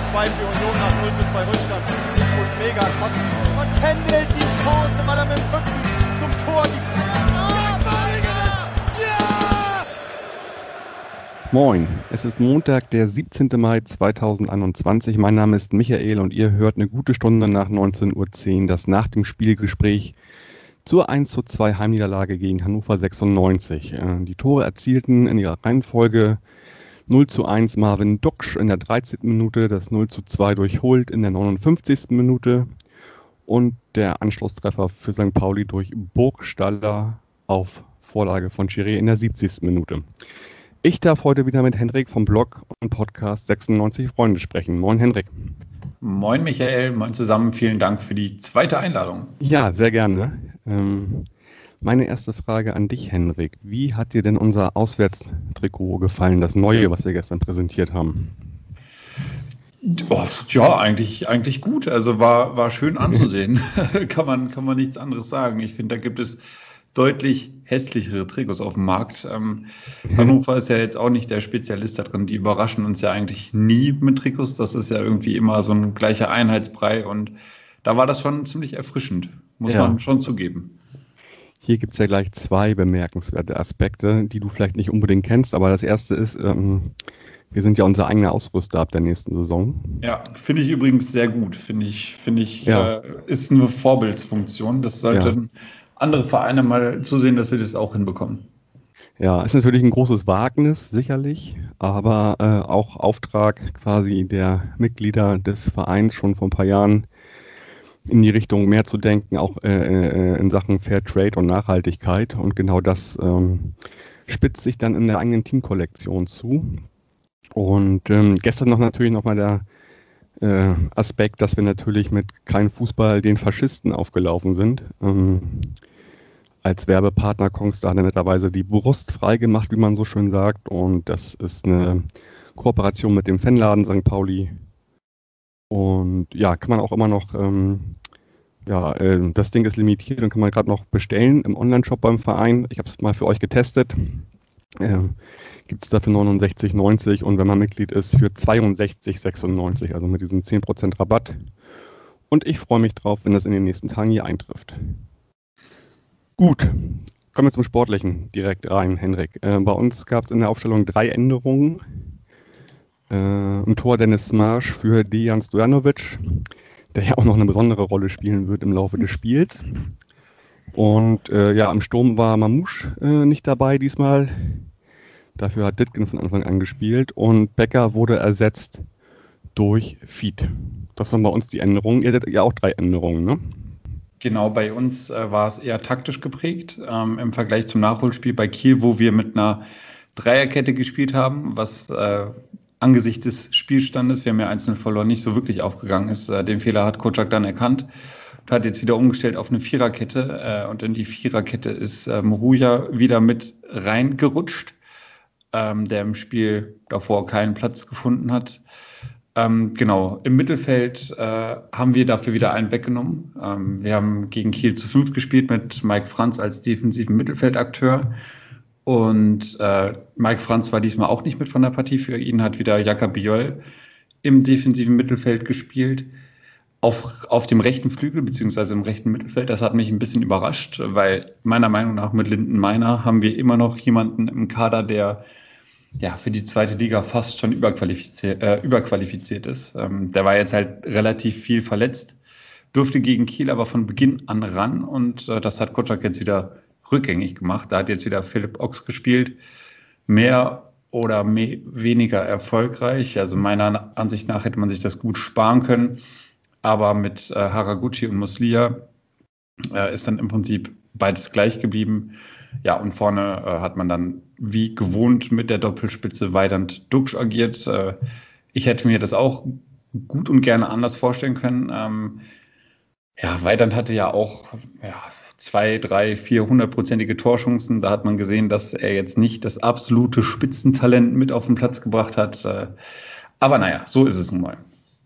2 für Union nach 0:2 Rückstand. Und mega kotzen. Und Kendall die Chance, weil er mit dem Rücken zum Tor Moin, es ist Montag, der 17. Mai 2021. Mein Name ist Michael und ihr hört eine gute Stunde nach 19:10 Uhr das nach dem Spielgespräch zur 1:2 Heimniederlage gegen Hannover 96. Die Tore erzielten in ihrer Reihenfolge 0:1 Marvin Duksch in der 13. Minute, das 0:2 durch Hult in der 59. Minute und der Anschlusstreffer für St. Pauli durch Burgstaller auf Vorlage von Chiré in der 70. Minute. Ich darf heute wieder mit Henrik vom Blog und Podcast 96 Freunde sprechen. Moin Henrik. Moin Michael, moin zusammen. Vielen Dank für die zweite Einladung. Ja, sehr gerne. Meine erste Frage an dich, Henrik. Wie hat dir denn unser Auswärtstrikot gefallen, das neue, was wir gestern präsentiert haben? Oh, ja, eigentlich gut. Also war schön anzusehen. kann man nichts anderes sagen. Ich finde, da gibt es deutlich hässlichere Trikots auf dem Markt. Hannover ist ja jetzt auch nicht der Spezialist da drin. Die überraschen uns ja eigentlich nie mit Trikots. Das ist ja irgendwie immer so ein gleicher Einheitsbrei. Und da war das schon ziemlich erfrischend, muss man schon zugeben. Hier gibt es ja gleich zwei bemerkenswerte Aspekte, die du vielleicht nicht unbedingt kennst. Aber das erste ist, wir sind ja unser eigener Ausrüster ab der nächsten Saison. Ja, finde ich übrigens sehr gut. Finde ich ist eine Vorbildsfunktion. Das sollten andere Vereine mal zusehen, dass sie das auch hinbekommen. Ja, ist natürlich ein großes Wagnis, sicherlich, aber auch Auftrag quasi der Mitglieder des Vereins schon vor ein paar Jahren in die Richtung mehr zu denken, auch in Sachen Fair Trade und Nachhaltigkeit. Und genau das spitzt sich dann in der eigenen Teamkollektion zu. Und gestern natürlich nochmal der Aspekt, dass wir natürlich mit keinem Fußball den Faschisten aufgelaufen sind. Als Werbepartner Kongstar netterweise die Brust frei gemacht, wie man so schön sagt. Und das ist eine Kooperation mit dem Fanladen St. Pauli. Und ja, kann man auch immer noch, das Ding ist limitiert und kann man gerade noch bestellen im Onlineshop beim Verein. Ich habe es mal für euch getestet. Gibt es dafür 69,90 und wenn man Mitglied ist, für 62,96, also mit diesen 10% Rabatt. Und ich freue mich drauf, wenn das in den nächsten Tagen hier eintrifft. Gut, kommen wir zum Sportlichen direkt rein, Henrik. Bei uns gab es in der Aufstellung 3 Änderungen. Ein Tor Dennis Marsch für Dejan Stojanovic, der ja auch noch eine besondere Rolle spielen wird im Laufe des Spiels. Und im Sturm war Mamouche nicht dabei diesmal. Dafür hat Dittgen von Anfang an gespielt und Becker wurde ersetzt durch Fied. Das waren bei uns die Änderungen. Ihr hattet ja auch 3 Änderungen, ne? Genau, bei uns war es eher taktisch geprägt im Vergleich zum Nachholspiel bei Kiel, wo wir mit einer Dreierkette gespielt haben, was angesichts des Spielstandes, wir haben ja 1:0 verloren, nicht so wirklich aufgegangen ist. Den Fehler hat Kocak dann erkannt und hat jetzt wieder umgestellt auf eine Viererkette. Und in die Viererkette ist Moruja wieder mit reingerutscht, der im Spiel davor keinen Platz gefunden hat. Genau, im Mittelfeld haben wir dafür wieder einen weggenommen. Wir haben gegen Kiel zu 5 gespielt mit Mike Franz als defensiven Mittelfeldakteur. Und Mike Franz war diesmal auch nicht mit von der Partie. Für ihn hat wieder Jakob Biol im defensiven Mittelfeld gespielt. Auf dem rechten Flügel beziehungsweise im rechten Mittelfeld. Das hat mich ein bisschen überrascht, weil meiner Meinung nach mit Linden Meiner haben wir immer noch jemanden im Kader, der für die zweite Liga fast schon überqualifiziert ist. Der war jetzt halt relativ viel verletzt, durfte gegen Kiel aber von Beginn an ran und das hat Kocak jetzt wieder rückgängig gemacht. Da hat jetzt wieder Philipp Ochs gespielt, mehr oder weniger erfolgreich. Also meiner Ansicht nach hätte man sich das gut sparen können, aber mit Haraguchi und Muslia ist dann im Prinzip beides gleich geblieben. Ja, und vorne hat man dann wie gewohnt mit der Doppelspitze Weidand-Duksch agiert. Ich hätte mir das auch gut und gerne anders vorstellen können. Weidand hatte ja auch 2, 3, 400-prozentige Torchancen. Da hat man gesehen, dass er jetzt nicht das absolute Spitzentalent mit auf den Platz gebracht hat. Aber naja, so ist es nun mal.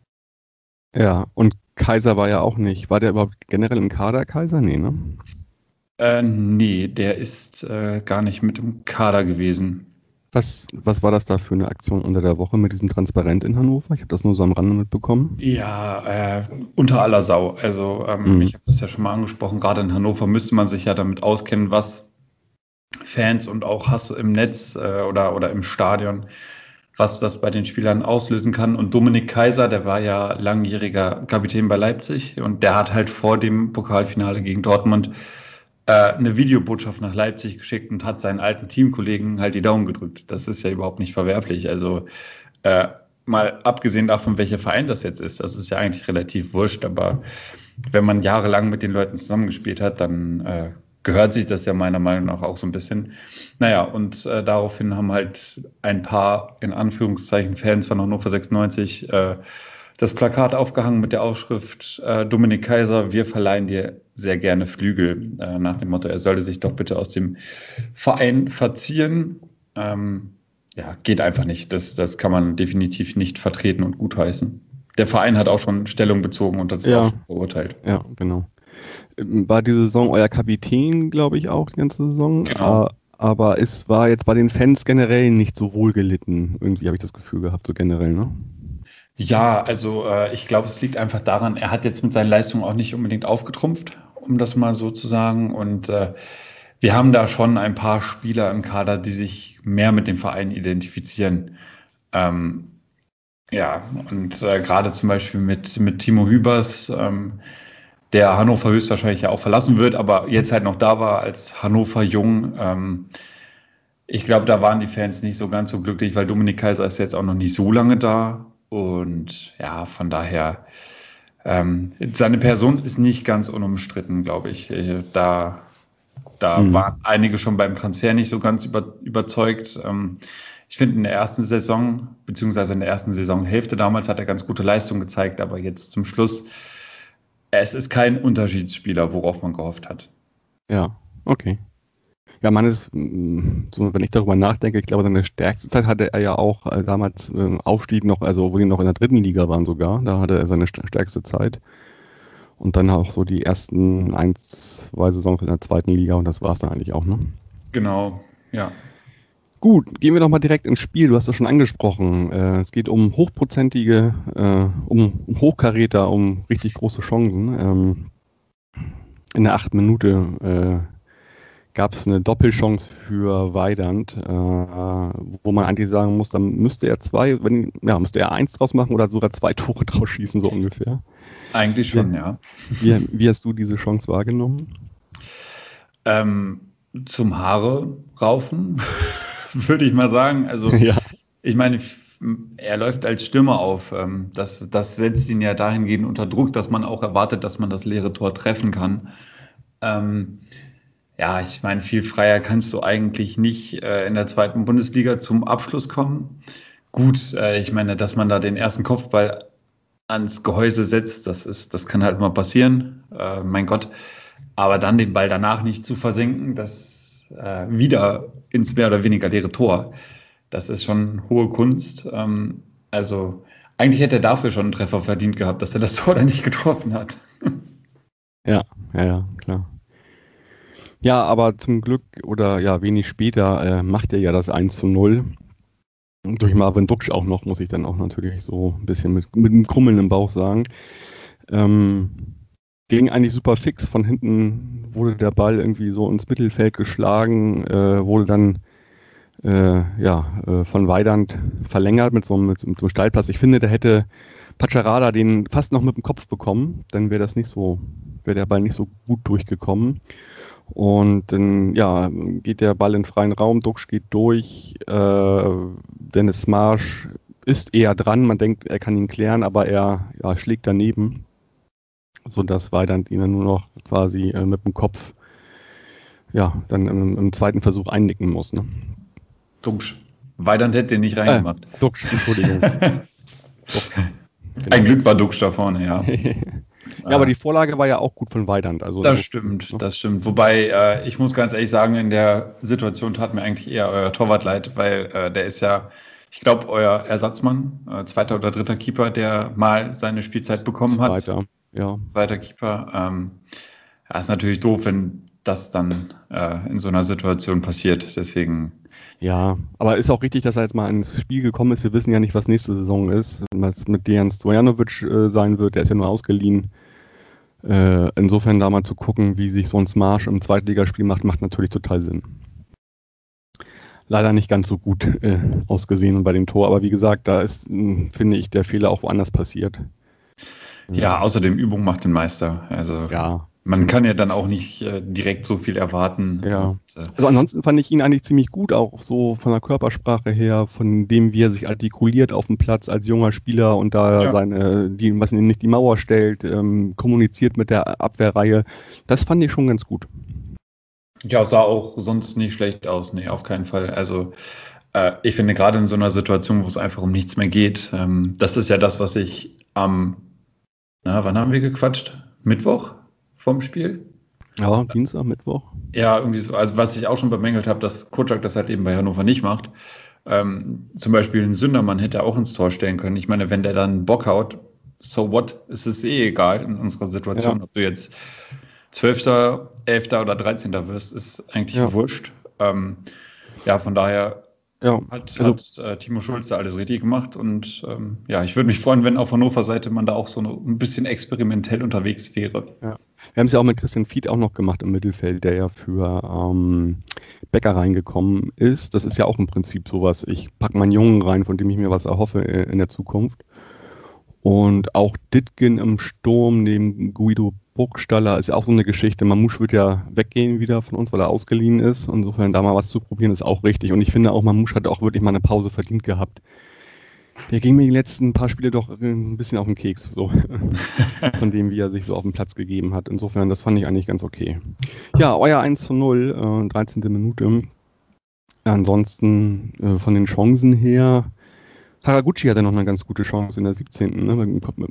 Ja, und Kaiser war ja auch nicht. War der überhaupt generell im Kader, Kaiser? Nee, ne? Nee, der ist gar nicht mit im Kader gewesen. Was war das da für eine Aktion unter der Woche mit diesem Transparent in Hannover? Ich habe das nur so am Rande mitbekommen. Ja, unter aller Sau. Also ich habe das ja schon mal angesprochen, gerade in Hannover müsste man sich ja damit auskennen, was Fans und auch Hass im Netz oder im Stadion, was das bei den Spielern auslösen kann. Und Dominik Kaiser, der war ja langjähriger Kapitän bei Leipzig und der hat halt vor dem Pokalfinale gegen Dortmund eine Videobotschaft nach Leipzig geschickt und hat seinen alten Teamkollegen halt die Daumen gedrückt. Das ist ja überhaupt nicht verwerflich. Also mal abgesehen davon, welcher Verein das jetzt ist, das ist ja eigentlich relativ wurscht. Aber wenn man jahrelang mit den Leuten zusammengespielt hat, dann gehört sich das ja meiner Meinung nach auch so ein bisschen. Naja, und daraufhin haben halt ein paar, in Anführungszeichen, Fans von Hannover 96 das Plakat aufgehangen mit der Aufschrift Dominik Kaiser, wir verleihen dir sehr gerne Flügel, nach dem Motto, er sollte sich doch bitte aus dem Verein verziehen. Ja, geht einfach nicht. Das kann man definitiv nicht vertreten und gutheißen. Der Verein hat auch schon Stellung bezogen und das auch schon verurteilt. Ja, genau. War die Saison euer Kapitän, glaube ich, auch die ganze Saison? Genau. Aber es war jetzt bei den Fans generell nicht so wohl gelitten. Irgendwie habe ich das Gefühl gehabt, so generell, ne? Ja, also ich glaube, es liegt einfach daran, er hat jetzt mit seinen Leistungen auch nicht unbedingt aufgetrumpft, um das mal so zu sagen. Und wir haben da schon ein paar Spieler im Kader, die sich mehr mit dem Verein identifizieren. Ja, und gerade zum Beispiel mit Timo Hübers, der Hannover höchstwahrscheinlich ja auch verlassen wird, aber jetzt halt noch da war als Hannover Jung. Ich glaube, da waren die Fans nicht so ganz so glücklich, weil Dominik Kaiser ist jetzt auch noch nicht so lange da. Und ja, von daher, seine Person ist nicht ganz unumstritten, glaube ich. Da waren einige schon beim Transfer nicht so ganz überzeugt. Ich finde, in der ersten Saison, beziehungsweise in der ersten Saisonhälfte damals hat er ganz gute Leistung gezeigt, aber jetzt zum Schluss, es ist kein Unterschiedsspieler, worauf man gehofft hat. Ja, okay. Ja, so, wenn ich darüber nachdenke, ich glaube, seine stärkste Zeit hatte er ja auch damals Aufstieg noch, also wo die noch in der dritten Liga waren sogar, da hatte er seine stärkste Zeit. Und dann auch so die ersten 1-2 Saisons in der zweiten Liga und das war es dann eigentlich auch, ne? Genau, ja. Gut, gehen wir doch mal direkt ins Spiel. Du hast das schon angesprochen. Es geht um hochprozentige, um Hochkaräter, um richtig große Chancen. In der 8. Minute gab es eine Doppelchance für Weidand, wo man eigentlich sagen muss, dann müsste er müsste er 1 draus machen oder sogar 2 Tore draus schießen, so ungefähr. Eigentlich schon, ja. Wie hast du diese Chance wahrgenommen? Zum Haare raufen, würde ich mal sagen. Also, ja. Ich meine, er läuft als Stürmer auf. Das setzt ihn ja dahingehend unter Druck, dass man auch erwartet, dass man das leere Tor treffen kann. Ja, ich meine, viel freier kannst du eigentlich nicht in der zweiten Bundesliga zum Abschluss kommen. Gut, ich meine, dass man da den ersten Kopfball ans Gehäuse setzt, das kann halt mal passieren, mein Gott. Aber dann den Ball danach nicht zu versenken, das wieder ins mehr oder weniger leere Tor, das ist schon hohe Kunst. Also eigentlich hätte er dafür schon einen Treffer verdient gehabt, dass er das Tor dann nicht getroffen hat. Ja, klar. Ja, aber zum Glück oder ja, wenig später macht er ja das 1:0. Durch Marvin Duksch auch noch, muss ich dann auch natürlich so ein bisschen mit einem Krummeln im Bauch sagen. Ging eigentlich super fix. Von hinten wurde der Ball irgendwie so ins Mittelfeld geschlagen, wurde dann von Weidand verlängert mit so einem Steilpass. Ich finde, da hätte Pacharada den fast noch mit dem Kopf bekommen, dann wäre der Ball nicht so gut durchgekommen. Und dann geht der Ball in den freien Raum, Duksch geht durch, Dennis Marsch ist eher dran, man denkt, er kann ihn klären, aber er schlägt daneben, sodass Weidand ihn dann nur noch quasi mit dem Kopf dann im zweiten Versuch einnicken muss. Ne? Duksch. Weidand hätte den nicht reingemacht. Duksch, Entschuldigung. Duksch. Genau. Ein Glück war Duksch da vorne, ja. Ja, aber die Vorlage war ja auch gut von Weidand. Also das stimmt. Wobei, ich muss ganz ehrlich sagen, in der Situation tat mir eigentlich eher euer Torwart leid, weil der ist ja, ich glaube, euer Ersatzmann, zweiter oder dritter Keeper, der mal seine Spielzeit bekommen hat. Ja. Zweiter Keeper. Ist natürlich doof, wenn das dann in so einer Situation passiert. Deswegen. Ja, aber ist auch richtig, dass er jetzt mal ins Spiel gekommen ist. Wir wissen ja nicht, was nächste Saison ist, was mit Dejan Stojanovic sein wird. Der ist ja nur ausgeliehen. Insofern da mal zu gucken, wie sich so ein Smash im Zweitligaspiel macht natürlich total Sinn. Leider nicht ganz so gut ausgesehen bei dem Tor, aber wie gesagt, da ist, finde ich, der Fehler auch woanders passiert. Ja, außerdem Übung macht den Meister. Also ja. Man kann ja dann auch nicht direkt so viel erwarten. Ja. Und, also ansonsten fand ich ihn eigentlich ziemlich gut, auch so von der Körpersprache her, von dem, wie er sich artikuliert auf dem Platz als junger Spieler und da was ihn nicht die Mauer stellt, kommuniziert mit der Abwehrreihe. Das fand ich schon ganz gut. Ja, sah auch sonst nicht schlecht aus. Nee, auf keinen Fall. Also ich finde gerade in so einer Situation, wo es einfach um nichts mehr geht, das ist ja das, was ich wann haben wir gequatscht? Mittwoch vom Spiel? Ja, Dienstag, Mittwoch. Ja, irgendwie so. Also was ich auch schon bemängelt habe, dass Kutschak das halt eben bei Hannover nicht macht. Zum Beispiel ein Sündermann hätte auch ins Tor stellen können. Ich meine, wenn der dann Bock haut, so what, ist es egal in unserer Situation. Ob du jetzt 12., 11. oder 13. wirst, ist eigentlich wurscht. Von daher hat Timo Schulz da alles richtig gemacht und ich würde mich freuen, wenn auf Hannover Seite man da auch so ein bisschen experimentell unterwegs wäre. Ja. Wir haben es ja auch mit Christian Fied auch noch gemacht im Mittelfeld, der ja für Becker reingekommen ist. Das ist ja auch im Prinzip sowas. Ich packe meinen Jungen rein, von dem ich mir was erhoffe in der Zukunft. Und auch Dittgen im Sturm neben Guido Burgstaller ist ja auch so eine Geschichte. Mamouche wird ja weggehen wieder von uns, weil er ausgeliehen ist. Insofern da mal was zu probieren, ist auch richtig. Und ich finde auch, Mamouche hat auch wirklich mal eine Pause verdient gehabt. Der ging mir die letzten paar Spiele doch ein bisschen auf den Keks, so von dem, wie er sich so auf den Platz gegeben hat. Insofern, das fand ich eigentlich ganz okay. Ja, euer 1:0, 13. Minute. Ansonsten von den Chancen her, Haraguchi hatte noch eine ganz gute Chance in der 17. Ne?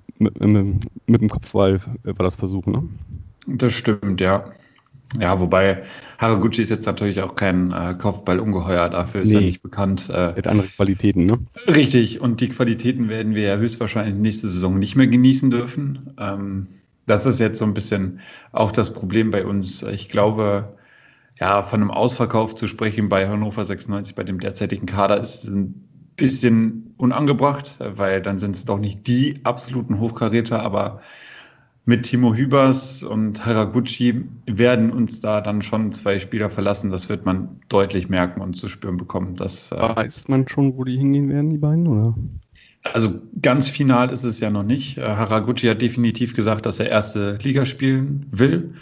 Mit dem Kopfball war das Versuch, ne? Das stimmt, ja. Ja, wobei Haraguchi ist jetzt natürlich auch kein Kopfballungeheuer, dafür ist er nicht bekannt. Er hat andere Qualitäten, ne? Richtig, und die Qualitäten werden wir ja höchstwahrscheinlich nächste Saison nicht mehr genießen dürfen. Das ist jetzt so ein bisschen auch das Problem bei uns. Ich glaube, von einem Ausverkauf zu sprechen bei Hannover 96, bei dem derzeitigen Kader, ist ein bisschen unangebracht, weil dann sind es doch nicht die absoluten Hochkaräter, aber mit Timo Hübers und Haraguchi werden uns da dann schon 2 Spieler verlassen. Das wird man deutlich merken und zu spüren bekommen. Weiß man schon, wo die hingehen werden, die beiden, oder? Also ganz final ist es ja noch nicht. Haraguchi hat definitiv gesagt, dass er erste Liga spielen will.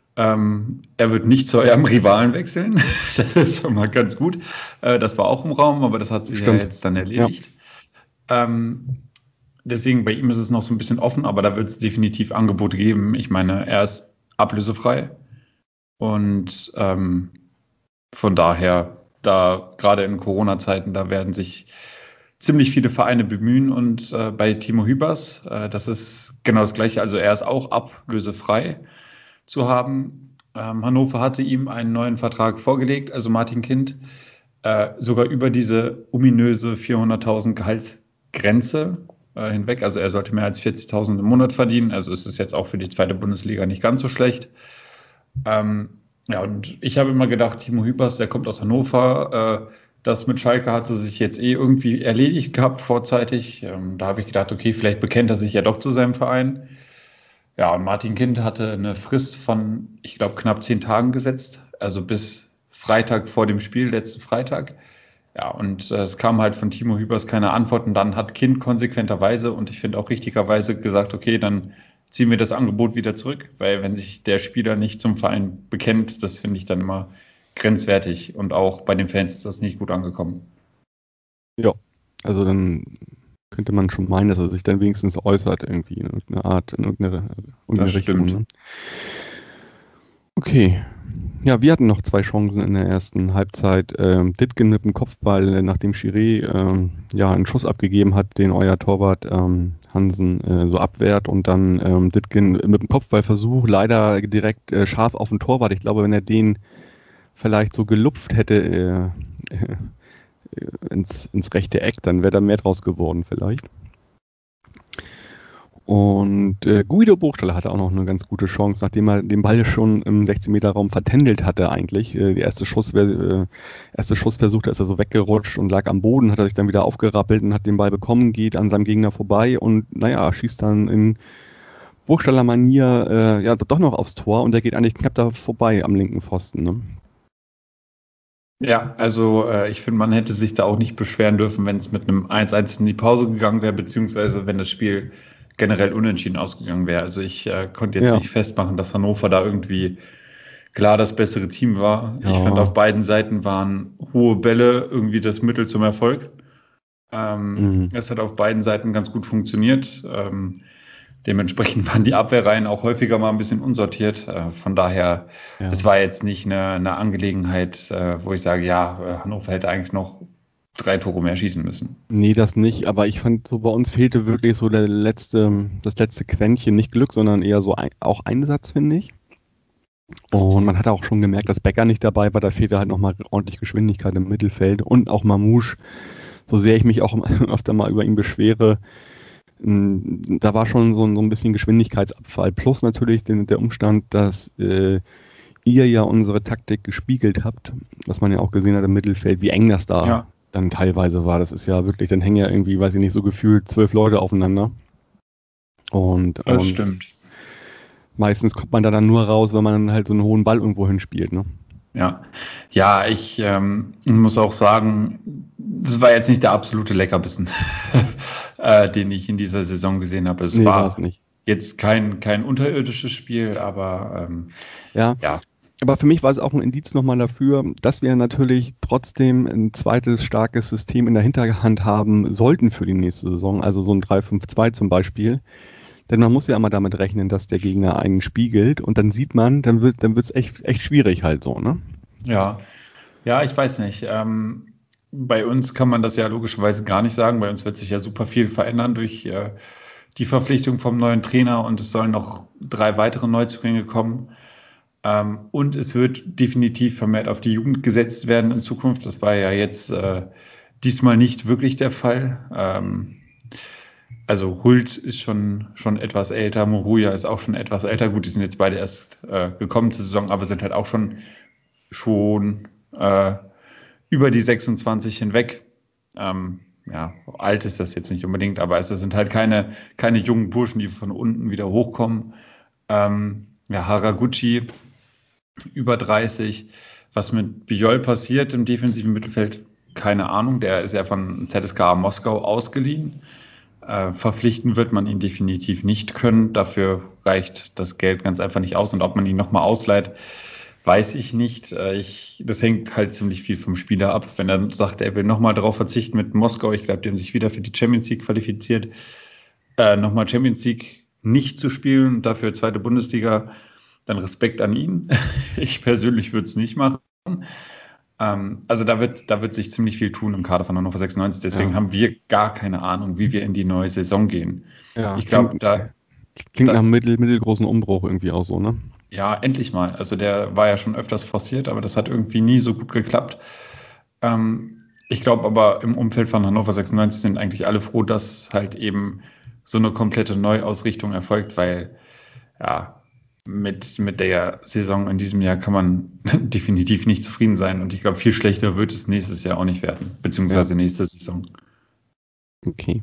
Er wird nicht zu eurem Rivalen wechseln. Das ist schon mal ganz gut. Das war auch im Raum, aber das hat sich ja jetzt dann erledigt. Ja. Deswegen bei ihm ist es noch so ein bisschen offen, aber da wird es definitiv Angebote geben. Ich meine, er ist ablösefrei und von daher, da gerade in Corona-Zeiten, da werden sich ziemlich viele Vereine bemühen und bei Timo Hübers, das ist genau das Gleiche, also er ist auch ablösefrei zu haben. Hannover hatte ihm einen neuen Vertrag vorgelegt, also Martin Kind, sogar über diese ominöse 400.000 Gehaltsgrenze hinweg. Also er sollte mehr als 40.000 im Monat verdienen. Also ist es jetzt auch für die zweite Bundesliga nicht ganz so schlecht. Und ich habe immer gedacht, Timo Hübers, der kommt aus Hannover. Das mit Schalke hatte sich jetzt irgendwie erledigt gehabt vorzeitig. Da habe ich gedacht, okay, vielleicht bekennt er sich ja doch zu seinem Verein. Ja, und Martin Kind hatte eine Frist von, ich glaube, knapp 10 Tagen gesetzt. Also bis Freitag vor dem Spiel, letzten Freitag. Ja, und es kam halt von Timo Hübers keine Antwort. Und dann hat Kind konsequenterweise und ich finde auch richtigerweise gesagt, okay, dann ziehen wir das Angebot wieder zurück. Weil wenn sich der Spieler nicht zum Verein bekennt, das finde ich dann immer grenzwertig. Und auch bei den Fans ist das nicht gut angekommen. Ja, also dann könnte man schon meinen, dass er sich dann wenigstens äußert irgendwie in irgendeiner Art, in irgendeine Richtung. Ne? Okay. Ja, wir hatten noch 2 Chancen in der ersten Halbzeit. Dittgen mit dem Kopfball, nachdem Chiré einen Schuss abgegeben hat, den euer Torwart Hansen so abwehrt und dann Dittgen mit dem Kopfballversuch leider direkt scharf auf den Torwart. Ich glaube, wenn er den vielleicht so gelupft hätte ins rechte Eck, dann wäre da mehr draus geworden vielleicht. Und Guido Burgstaller hatte auch noch eine ganz gute Chance, nachdem er den Ball schon im 16-Meter-Raum vertändelt hatte eigentlich. Der erste Schussversuch, da ist er so weggerutscht und lag am Boden, hat er sich dann wieder aufgerappelt und hat den Ball bekommen, geht an seinem Gegner vorbei und schießt dann in Burgstaller Manier doch noch aufs Tor und der geht eigentlich knapp da vorbei am linken Pfosten. Ne? Ja, also ich finde, man hätte sich da auch nicht beschweren dürfen, wenn es mit einem 1-1 in die Pause gegangen wäre, beziehungsweise wenn das Spiel generell unentschieden ausgegangen wäre. Also ich konnte jetzt nicht festmachen, dass Hannover da irgendwie klar das bessere Team war. Ja. Ich fand, auf beiden Seiten waren hohe Bälle irgendwie das Mittel zum Erfolg. Es hat auf beiden Seiten ganz gut funktioniert. Dementsprechend waren die Abwehrreihen auch häufiger mal ein bisschen unsortiert. Von daher, es war jetzt nicht eine Angelegenheit, wo ich sage, Hannover hätte eigentlich noch 3 Tore mehr schießen müssen. Nee, das nicht, aber ich fand, so bei uns fehlte wirklich so das letzte Quäntchen, nicht Glück, sondern eher so auch Einsatz, finde ich. Und man hat auch schon gemerkt, dass Becker nicht dabei war, da fehlte halt nochmal ordentlich Geschwindigkeit im Mittelfeld und auch Mamouche, so sehr ich mich auch öfter mal über ihn beschwere, da war schon so ein bisschen Geschwindigkeitsabfall, plus natürlich der Umstand, dass ihr ja unsere Taktik gespiegelt habt, dass man ja auch gesehen hat im Mittelfeld, wie eng das da dann teilweise war. Das ist ja wirklich, dann hängen ja irgendwie, weiß ich nicht, so gefühlt 12 Leute aufeinander. Und das stimmt. Meistens kommt man da dann nur raus, wenn man halt so einen hohen Ball irgendwo hinspielt, ne? Ja, ich muss auch sagen, das war jetzt nicht der absolute Leckerbissen, den ich in dieser Saison gesehen habe. Es war nicht. Jetzt kein unterirdisches Spiel, aber ja. Aber für mich war es auch ein Indiz nochmal dafür, dass wir natürlich trotzdem ein zweites starkes System in der Hinterhand haben sollten für die nächste Saison, also so ein 3-5-2 zum Beispiel. Denn man muss ja immer damit rechnen, dass der Gegner einen spiegelt und dann sieht man, dann wird es echt schwierig halt so, ne? Ja, ich weiß nicht. Bei uns kann man das ja logischerweise gar nicht sagen. Bei uns wird sich ja super viel verändern durch die Verpflichtung vom neuen Trainer und es sollen noch 3 weitere Neuzugänge kommen. Und es wird definitiv vermehrt auf die Jugend gesetzt werden in Zukunft. Das war ja jetzt diesmal nicht wirklich der Fall. Also Hult ist schon etwas älter, Moruya ist auch schon etwas älter. Gut, die sind jetzt beide erst gekommen zur Saison, aber sind halt auch schon über die 26 hinweg. Alt ist das jetzt nicht unbedingt, aber es sind halt keine jungen Burschen, die von unten wieder hochkommen. Haraguchi über 30. Was mit Bijol passiert im defensiven Mittelfeld, keine Ahnung. Der ist ja von ZSKA Moskau ausgeliehen. Verpflichten wird man ihn definitiv nicht können. Dafür reicht das Geld ganz einfach nicht aus. Und ob man ihn nochmal ausleiht, weiß ich nicht. Das hängt halt ziemlich viel vom Spieler ab. Wenn er sagt, er will nochmal darauf verzichten mit Moskau, ich glaube, die haben sich wieder für die Champions League qualifiziert, nochmal Champions League nicht zu spielen, dafür zweite Bundesliga, dann Respekt an ihn. Ich persönlich würde es nicht machen. Also da wird sich ziemlich viel tun im Kader von Hannover 96. Deswegen haben wir gar keine Ahnung, wie wir in die neue Saison gehen. Ja, ich glaube, klingt nach einem mittelgroßen Umbruch irgendwie auch so, ne? Ja, endlich mal. Also der war ja schon öfters forciert, aber das hat irgendwie nie so gut geklappt. Ich glaube aber im Umfeld von Hannover 96 sind eigentlich alle froh, dass halt eben so eine komplette Neuausrichtung erfolgt, weil mit der Saison in diesem Jahr kann man definitiv nicht zufrieden sein. Und ich glaube, viel schlechter wird es nächstes Jahr auch nicht werden, beziehungsweise nächste Saison. Okay.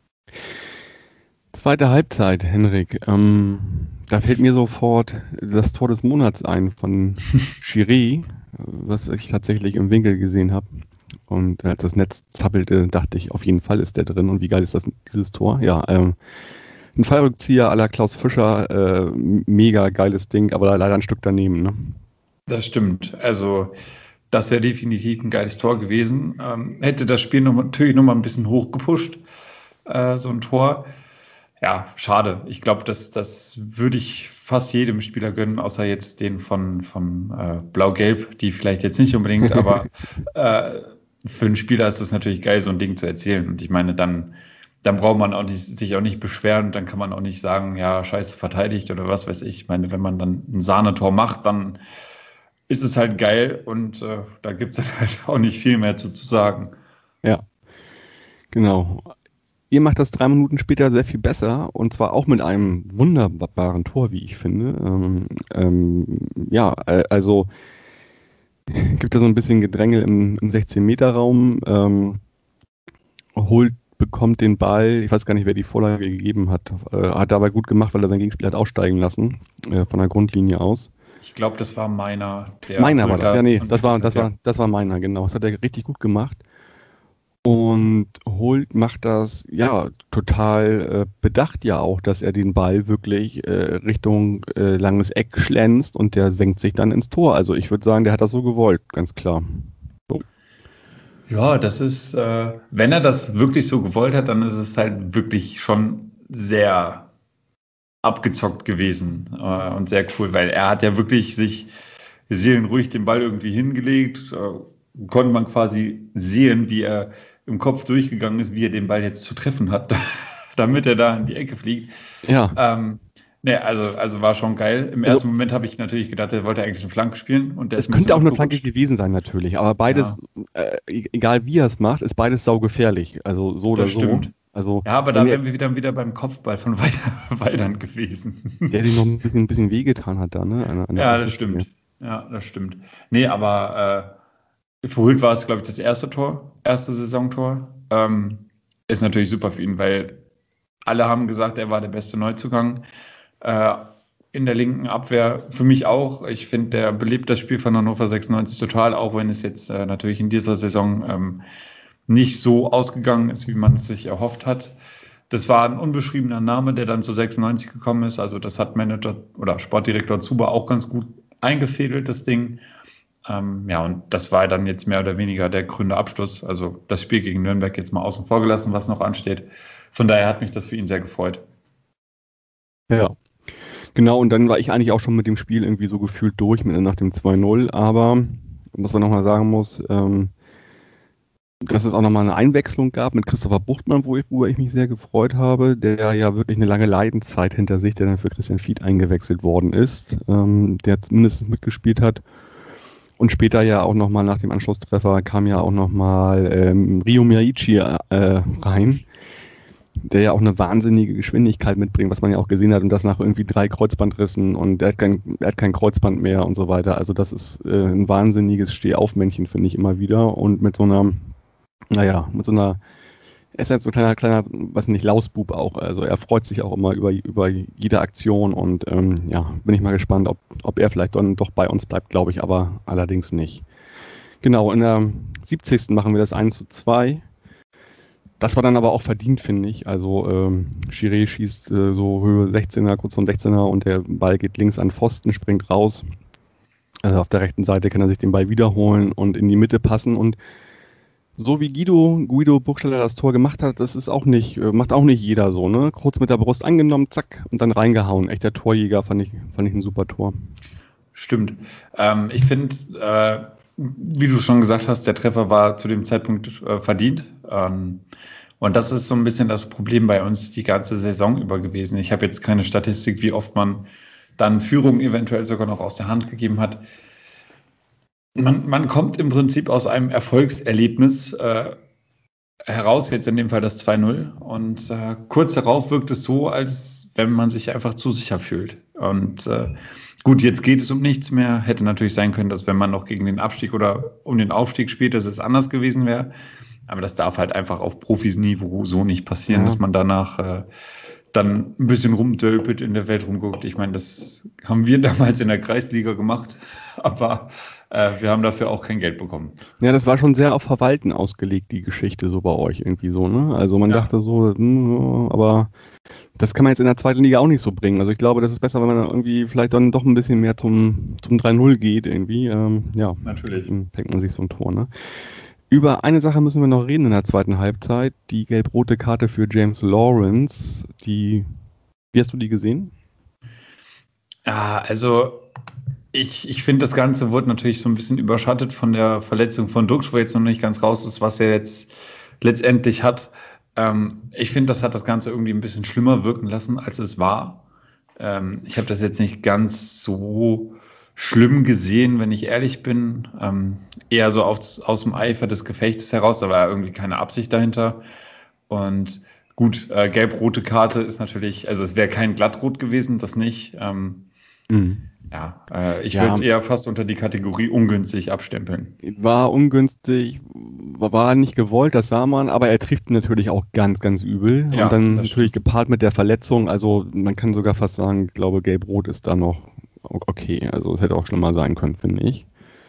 Zweite Halbzeit, Henrik. Da fällt mir sofort das Tor des Monats ein von Chiré, was ich tatsächlich im Winkel gesehen habe. Und als das Netz zappelte, dachte ich, auf jeden Fall ist der drin. Und wie geil ist dieses Tor? Ja, ein Fallrückzieher à la Klaus Fischer, mega geiles Ding, aber leider ein Stück daneben, ne? Das stimmt. Also das wäre definitiv ein geiles Tor gewesen. Hätte das Spiel natürlich noch mal ein bisschen hochgepusht, so ein Tor. Ja, schade. Ich glaube, das würde ich fast jedem Spieler gönnen, außer jetzt den von Blau-Gelb, die vielleicht jetzt nicht unbedingt, aber für einen Spieler ist es natürlich geil, so ein Ding zu erzielen. Und ich meine, dann braucht man sich auch nicht beschweren, dann kann man auch nicht sagen, ja, scheiße verteidigt oder was weiß ich. Ich meine, wenn man dann ein Sahnetor macht, dann ist es halt geil und da gibt es halt auch nicht viel mehr zu sagen. Ja, genau. ihr macht das 3 Minuten später sehr viel besser und zwar auch mit einem wunderbaren Tor, wie ich finde. Also gibt da so ein bisschen Gedrängel im 16-Meter-Raum, bekommt den Ball, ich weiß gar nicht, wer die Vorlage gegeben hat, hat dabei gut gemacht, weil er seinen Gegenspieler hat aussteigen lassen, von der Grundlinie aus. Ich glaube, das war meiner. Meiner war das, ja, nee, das war meiner, genau. Das hat er richtig gut gemacht. Und Hult macht das, ja, total bedacht ja auch, dass er den Ball wirklich Richtung langes Eck schlänzt und der senkt sich dann ins Tor. Also ich würde sagen, der hat das so gewollt, ganz klar. So. Ja, das ist, wenn er das wirklich so gewollt hat, dann ist es halt wirklich schon sehr abgezockt gewesen und sehr cool, weil er hat ja wirklich sich seelenruhig den Ball irgendwie hingelegt, konnte man quasi sehen, wie er im Kopf durchgegangen ist, wie er den Ball jetzt zu treffen hat, damit er da in die Ecke fliegt. Ja. Also war schon geil. Im ersten Moment habe ich natürlich gedacht, er wollte eigentlich eine Flanke spielen. Und es könnte auch eine Flanke gewesen sein natürlich, aber beides, egal wie er es macht, ist beides saugefährlich. Also so oder so. Stimmt. Also, ja, aber da wären wir dann wieder beim Kopfball von Weidand gewesen. Der sich noch ein bisschen wehgetan hat da, ne? Das stimmt. Ja, das stimmt. Nee, aber für Hult war es, glaube ich, das erste Saisontor. Ist natürlich super für ihn, weil alle haben gesagt, er war der beste Neuzugang in der linken Abwehr. Für mich auch. Ich finde, der belebt das Spiel von Hannover 96 total, auch wenn es jetzt natürlich in dieser Saison nicht so ausgegangen ist, wie man es sich erhofft hat. Das war ein unbeschriebener Name, der dann zu 96 gekommen ist. Also das hat Manager oder Sportdirektor Zuber auch ganz gut eingefädelt, das Ding. Und das war dann jetzt mehr oder weniger der grüne Abschluss. Also das Spiel gegen Nürnberg jetzt mal außen vor gelassen, was noch ansteht. Von daher hat mich das für ihn sehr gefreut. Ja, genau. Und dann war ich eigentlich auch schon mit dem Spiel irgendwie so gefühlt durch nach dem 2-0. Aber was man nochmal sagen muss, dass es auch nochmal eine Einwechslung gab mit Christopher Buchtmann, wo ich mich sehr gefreut habe, der ja wirklich eine lange Leidenszeit hinter sich, der dann für Christian Fied eingewechselt worden ist, der zumindest mitgespielt hat. Und später ja auch nochmal nach dem Anschlusstreffer kam ja auch nochmal Rio Miyaichi rein, der ja auch eine wahnsinnige Geschwindigkeit mitbringt, was man ja auch gesehen hat, und das nach irgendwie 3 Kreuzbandrissen und er hat kein Kreuzband mehr und so weiter. Also das ist ein wahnsinniges Stehaufmännchen, finde ich immer wieder. Und mit so einer, er ist halt so ein kleiner, weiß nicht, Lausbub auch. Also er freut sich auch immer über jede Aktion und bin ich mal gespannt, ob er vielleicht dann doch bei uns bleibt, glaube ich, aber allerdings nicht. Genau, in der 70. machen wir das 1:2. Das war dann aber auch verdient, finde ich. Also Chiré schießt so Höhe 16er, kurz von 16er und der Ball geht links an Pfosten, springt raus. Also auf der rechten Seite kann er sich den Ball wiederholen und in die Mitte passen. Und so wie Guido Burgstaller das Tor gemacht hat, das ist macht auch nicht jeder so, ne? Kurz mit der Brust angenommen, zack, und dann reingehauen. Echter Torjäger, fand ich ein super Tor. Stimmt. Ich finde, wie du schon gesagt hast, der Treffer war zu dem Zeitpunkt verdient. Und das ist so ein bisschen das Problem bei uns die ganze Saison über gewesen. Ich habe jetzt keine Statistik, wie oft man dann Führung eventuell sogar noch aus der Hand gegeben hat. Man kommt im Prinzip aus einem Erfolgserlebnis heraus, jetzt in dem Fall das 2-0. Und kurz darauf wirkt es so, als wenn man sich einfach zu sicher fühlt. Und gut, jetzt geht es um nichts mehr. Hätte natürlich sein können, dass wenn man noch gegen den Abstieg oder um den Aufstieg spielt, dass es anders gewesen wäre. Aber das darf halt einfach auf Profisniveau so nicht passieren, dass man danach dann ein bisschen rumdölpelt, in der Welt rumguckt. Ich meine, das haben wir damals in der Kreisliga gemacht, aber wir haben dafür auch kein Geld bekommen. Ja, das war schon sehr auf Verwalten ausgelegt, die Geschichte so bei euch irgendwie so, ne? Also man dachte so, aber das kann man jetzt in der zweiten Liga auch nicht so bringen. Also ich glaube, das ist besser, wenn man irgendwie vielleicht dann doch ein bisschen mehr zum 3-0 geht irgendwie. Natürlich. Dann fängt man sich so ein Tor, ne? Über eine Sache müssen wir noch reden in der zweiten Halbzeit. Die gelb-rote Karte für James Lawrence. Wie hast du die gesehen? Ja, also ich finde, das Ganze wurde natürlich so ein bisschen überschattet von der Verletzung von Duxch, wo jetzt noch nicht ganz raus ist, was er jetzt letztendlich hat. Ich finde, das hat das Ganze irgendwie ein bisschen schlimmer wirken lassen, als es war. Ich habe das jetzt nicht ganz so schlimm gesehen, wenn ich ehrlich bin. Eher so aus dem Eifer des Gefechtes heraus, da war irgendwie keine Absicht dahinter. Und Gut, gelb-rote Karte ist natürlich, also es wäre kein Glattrot gewesen, das nicht. Ich würde es eher fast unter die Kategorie ungünstig abstempeln. War ungünstig, war nicht gewollt, das sah man, aber er trifft natürlich auch ganz, ganz übel. Ja, und dann das natürlich gepaart mit der Verletzung, also man kann sogar fast sagen, ich glaube, gelb-rot ist da noch okay. Also es hätte auch schlimmer sein können, finde ich.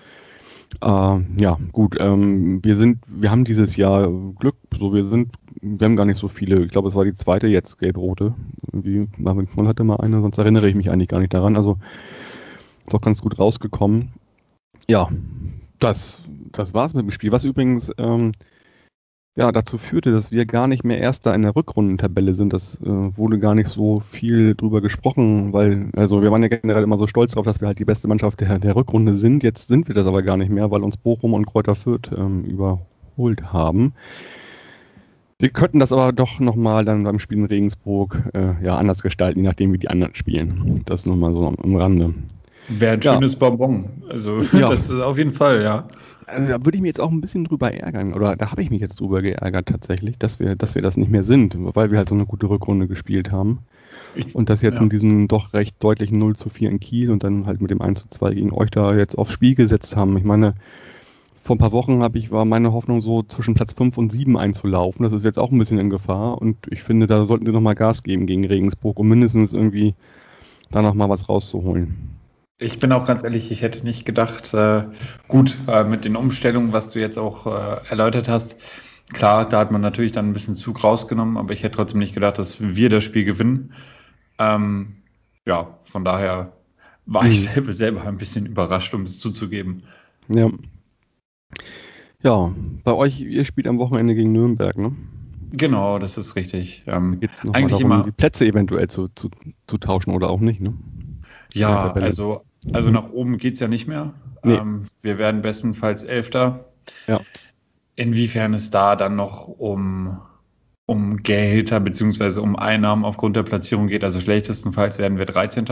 Gut, wir haben dieses Jahr Glück, wir haben gar nicht so viele, ich glaube, es war die zweite jetzt, gelb-rote. Marvin Knoll hatte mal eine, sonst erinnere ich mich eigentlich gar nicht daran. Also ist auch ganz gut rausgekommen. Ja, das war's mit dem Spiel. Was übrigens dazu führte, dass wir gar nicht mehr Erster in der Rückrundentabelle sind. Das wurde gar nicht so viel drüber gesprochen, weil, also wir waren ja generell immer so stolz darauf, dass wir halt die beste Mannschaft der Rückrunde sind. Jetzt sind wir das aber gar nicht mehr, weil uns Bochum und Greuther Fürth überholt haben. Wir könnten das aber doch nochmal dann beim Spiel in Regensburg anders gestalten, je nachdem wie die anderen spielen. Das nochmal so am Rande. Wäre ein schönes Bonbon. Also das ist auf jeden Fall, ja. Also da würde ich mich jetzt auch ein bisschen drüber ärgern, oder da habe ich mich jetzt drüber geärgert tatsächlich, dass wir das nicht mehr sind, weil wir halt so eine gute Rückrunde gespielt haben. Und das jetzt in diesem doch recht deutlichen 0:4 in Kiel und dann halt mit dem 1:2 gegen euch da jetzt aufs Spiel gesetzt haben. Ich meine, vor ein paar Wochen war meine Hoffnung so zwischen Platz 5 und 7 einzulaufen. Das ist jetzt auch ein bisschen in Gefahr und ich finde, da sollten sie nochmal Gas geben gegen Regensburg, um mindestens irgendwie da nochmal was rauszuholen. Ich bin auch ganz ehrlich, ich hätte nicht gedacht, mit den Umstellungen, was du jetzt auch erläutert hast, klar, da hat man natürlich dann ein bisschen Zug rausgenommen, aber ich hätte trotzdem nicht gedacht, dass wir das Spiel gewinnen. Von daher war ich selber ein bisschen überrascht, um es zuzugeben. Ja. Ja, bei euch, ihr spielt am Wochenende gegen Nürnberg, ne? Genau, das ist richtig. Geht es nochmal darum, die Plätze eventuell zu tauschen oder auch nicht, ne? Ja, also nach oben geht es ja nicht mehr. Nee. Wir werden bestenfalls Elfter. Ja. Inwiefern es da dann noch um Gehälter bzw. um Einnahmen aufgrund der Platzierung geht, also schlechtestenfalls werden wir 13.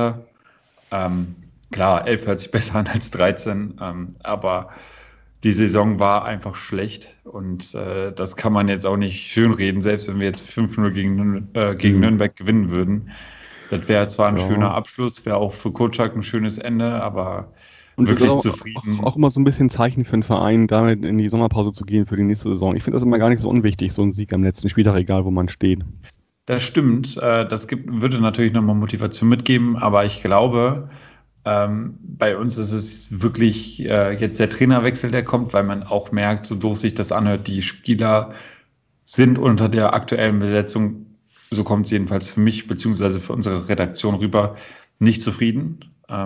Klar, 11 hört sich besser an als 13, aber die Saison war einfach schlecht und das kann man jetzt auch nicht schönreden, selbst wenn wir jetzt 5:0 gegen Nürnberg gewinnen würden. Das wäre zwar ein schöner Abschluss, wäre auch für Kotschak ein schönes Ende, aber und wirklich zufrieden. Auch immer so ein bisschen Zeichen für den Verein, damit in die Sommerpause zu gehen für die nächste Saison. Ich finde das immer gar nicht so unwichtig, so ein Sieg am letzten Spieltag, egal wo man steht. Das stimmt, würde natürlich nochmal Motivation mitgeben, aber ich glaube, bei uns ist es wirklich jetzt der Trainerwechsel, der kommt, weil man auch merkt, so doof sich das anhört, die Spieler sind unter der aktuellen Besetzung, so kommt es jedenfalls für mich beziehungsweise für unsere Redaktion rüber, nicht zufrieden.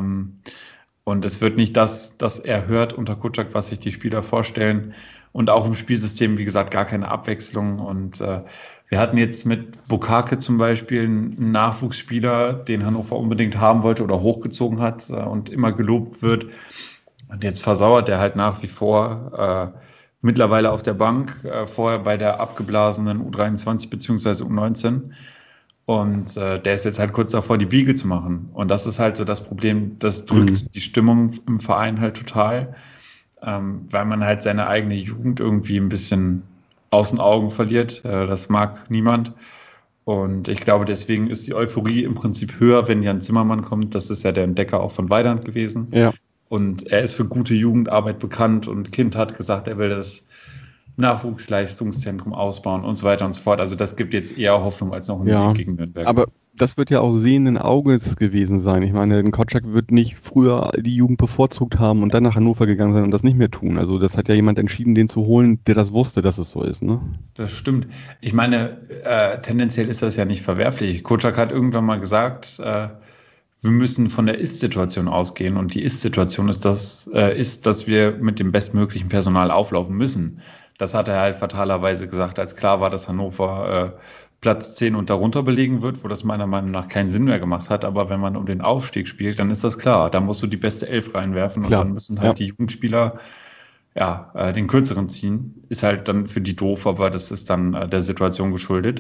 Und es wird nicht das er hört unter Kotschak, was sich die Spieler vorstellen. Und auch im Spielsystem, wie gesagt, gar keine Abwechslung. Und wir hatten jetzt mit Bukake zum Beispiel einen Nachwuchsspieler, den Hannover unbedingt haben wollte oder hochgezogen hat und immer gelobt wird. Und jetzt versauert er halt nach wie vor mittlerweile auf der Bank, vorher bei der abgeblasenen U23 bzw. U19. Und der ist jetzt halt kurz davor, die Biege zu machen. Und das ist halt so das Problem, das drückt die Stimmung im Verein halt total, weil man halt seine eigene Jugend irgendwie ein bisschen aus den Augen verliert. Das mag niemand. Und ich glaube, deswegen ist die Euphorie im Prinzip höher, wenn Jan Zimmermann kommt. Das ist ja der Entdecker auch von Weidand gewesen. Ja. Und er ist für gute Jugendarbeit bekannt und Kind hat gesagt, er will das Nachwuchsleistungszentrum ausbauen und so weiter und so fort. Also das gibt jetzt eher Hoffnung als noch ein Sieg gegen Nürnberg. Aber das wird ja auch sehenden Auges gewesen sein. Ich meine, den Kotschak wird nicht früher die Jugend bevorzugt haben und dann nach Hannover gegangen sein und das nicht mehr tun. Also das hat ja jemand entschieden, den zu holen, der das wusste, dass es so ist, ne? Das stimmt. Ich meine, tendenziell ist das ja nicht verwerflich. Kotschak hat irgendwann mal gesagt, wir müssen von der Ist-Situation ausgehen und die Ist-Situation ist, dass wir mit dem bestmöglichen Personal auflaufen müssen. Das hat er halt fatalerweise gesagt, als klar war, dass Hannover Platz 10 und darunter belegen wird, wo das meiner Meinung nach keinen Sinn mehr gemacht hat. Aber wenn man um den Aufstieg spielt, dann ist das klar. Da musst du die beste Elf reinwerfen und dann müssen halt die Jugendspieler den kürzeren ziehen. Ist halt dann für die doof, aber das ist dann der Situation geschuldet.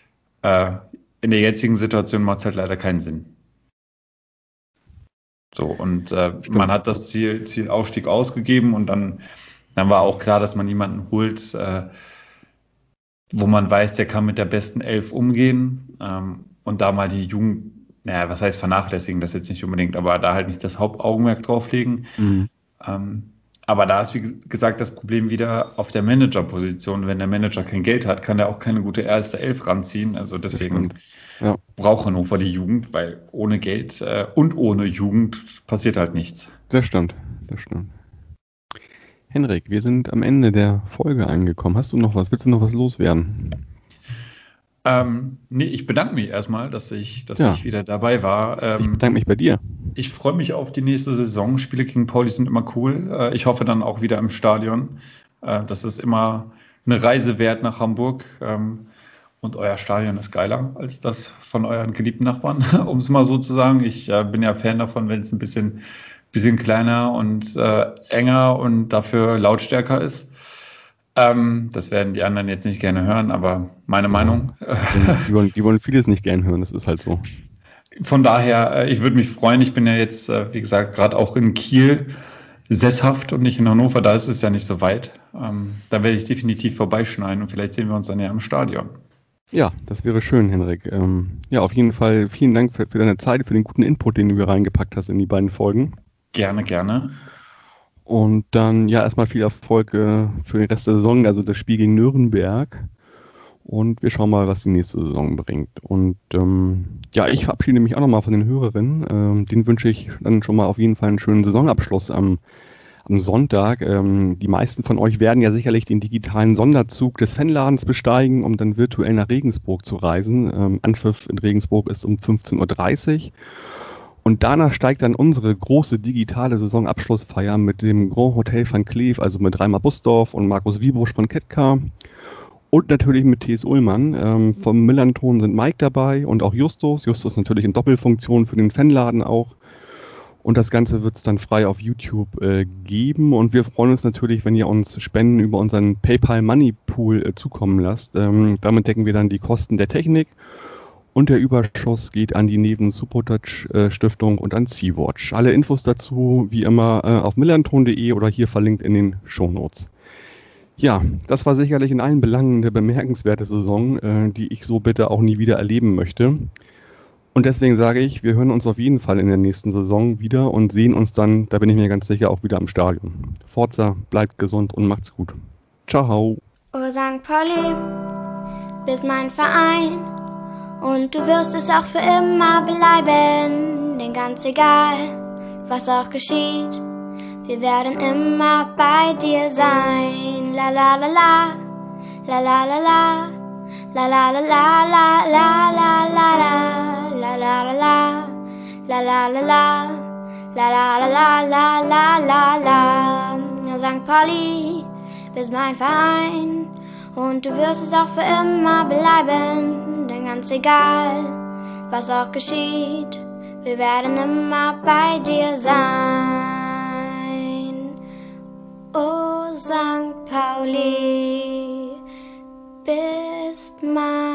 In der jetzigen Situation macht es halt leider keinen Sinn. So, und man hat das Ziel Aufstieg ausgegeben und dann war auch klar, dass man niemanden holt, wo man weiß, der kann mit der besten Elf umgehen, und da mal die Jugend, naja, was heißt vernachlässigen, das jetzt nicht unbedingt, aber da halt nicht das Hauptaugenmerk drauflegen. Aber da ist, wie gesagt, das Problem wieder auf der Managerposition. Wenn der Manager kein Geld hat, kann er auch keine gute erste Elf ranziehen. Also deswegen braucht Hannover die Jugend, weil ohne Geld und ohne Jugend passiert halt nichts. Das stimmt. Henrik, wir sind am Ende der Folge angekommen. Hast du noch was? Willst du noch was loswerden? Nee, ich bedanke mich erstmal, dass ich wieder dabei war. Ich bedanke mich bei dir. Ich freue mich auf die nächste Saison. Spiele gegen Pauli sind immer cool. Ich hoffe dann auch wieder im Stadion. Das ist immer eine Reise wert nach Hamburg. Und euer Stadion ist geiler als das von euren geliebten Nachbarn, um es mal so zu sagen. Ich bin ja Fan davon, wenn es ein bisschen kleiner und enger und dafür lautstärker ist. Das werden die anderen jetzt nicht gerne hören, aber meine Meinung. Die wollen vieles nicht gerne hören, das ist halt so. Von daher, ich würde mich freuen. Ich bin ja jetzt, wie gesagt, gerade auch in Kiel sesshaft und nicht in Hannover. Da ist es ja nicht so weit. Da werde ich definitiv vorbeischneiden und vielleicht sehen wir uns dann ja im Stadion. Ja, das wäre schön, Henrik. Auf jeden Fall vielen Dank für deine Zeit, für den guten Input, den du hier reingepackt hast in die beiden Folgen. Gerne. Und dann erstmal viel Erfolg für den Rest der Saison, also das Spiel gegen Nürnberg. Und wir schauen mal, was die nächste Saison bringt. Und ich verabschiede mich auch nochmal von den Hörerinnen. Den wünsche ich dann schon mal auf jeden Fall einen schönen Saisonabschluss am Sonntag. Die meisten von euch werden ja sicherlich den digitalen Sonderzug des Fanladens besteigen, um dann virtuell nach Regensburg zu reisen. Anpfiff in Regensburg ist um 15:30 Uhr. Und danach steigt dann unsere große digitale Saisonabschlussfeier mit dem Grand Hotel Van Cleef, also mit Reimer Busdorf und Markus Wiebusch von Ketka. Und natürlich mit T.S. Ullmann. Vom Millanton sind Mike dabei und auch Justus. Justus natürlich in Doppelfunktion für den Fanladen auch. Und das Ganze wird es dann frei auf YouTube geben. Und wir freuen uns natürlich, wenn ihr uns Spenden über unseren PayPal Money Pool zukommen lasst. Damit decken wir dann die Kosten der Technik. Und der Überschuss geht an die Neben Supportouch Stiftung und an Sea-Watch. Alle Infos dazu wie immer auf millanton.de oder hier verlinkt in den Shownotes. Ja, das war sicherlich in allen Belangen eine bemerkenswerte Saison, die ich so bitte auch nie wieder erleben möchte. Und deswegen sage ich, wir hören uns auf jeden Fall in der nächsten Saison wieder und sehen uns dann, da bin ich mir ganz sicher, auch wieder am Stadion. Forza, bleibt gesund und macht's gut. Ciao. Oh St. Pauli, bist mein Verein und du wirst es auch für immer bleiben, denn ganz egal, was auch geschieht, wir werden immer bei dir sein. La la la la, la la la la, la la la la la la la la la la la la, la la la la, la la la la la la la. St. Pauli, bist mein Verein und du wirst es auch für immer bleiben, denn ganz egal, was auch geschieht, wir werden immer bei dir sein. Oh St. Pauli, bist mein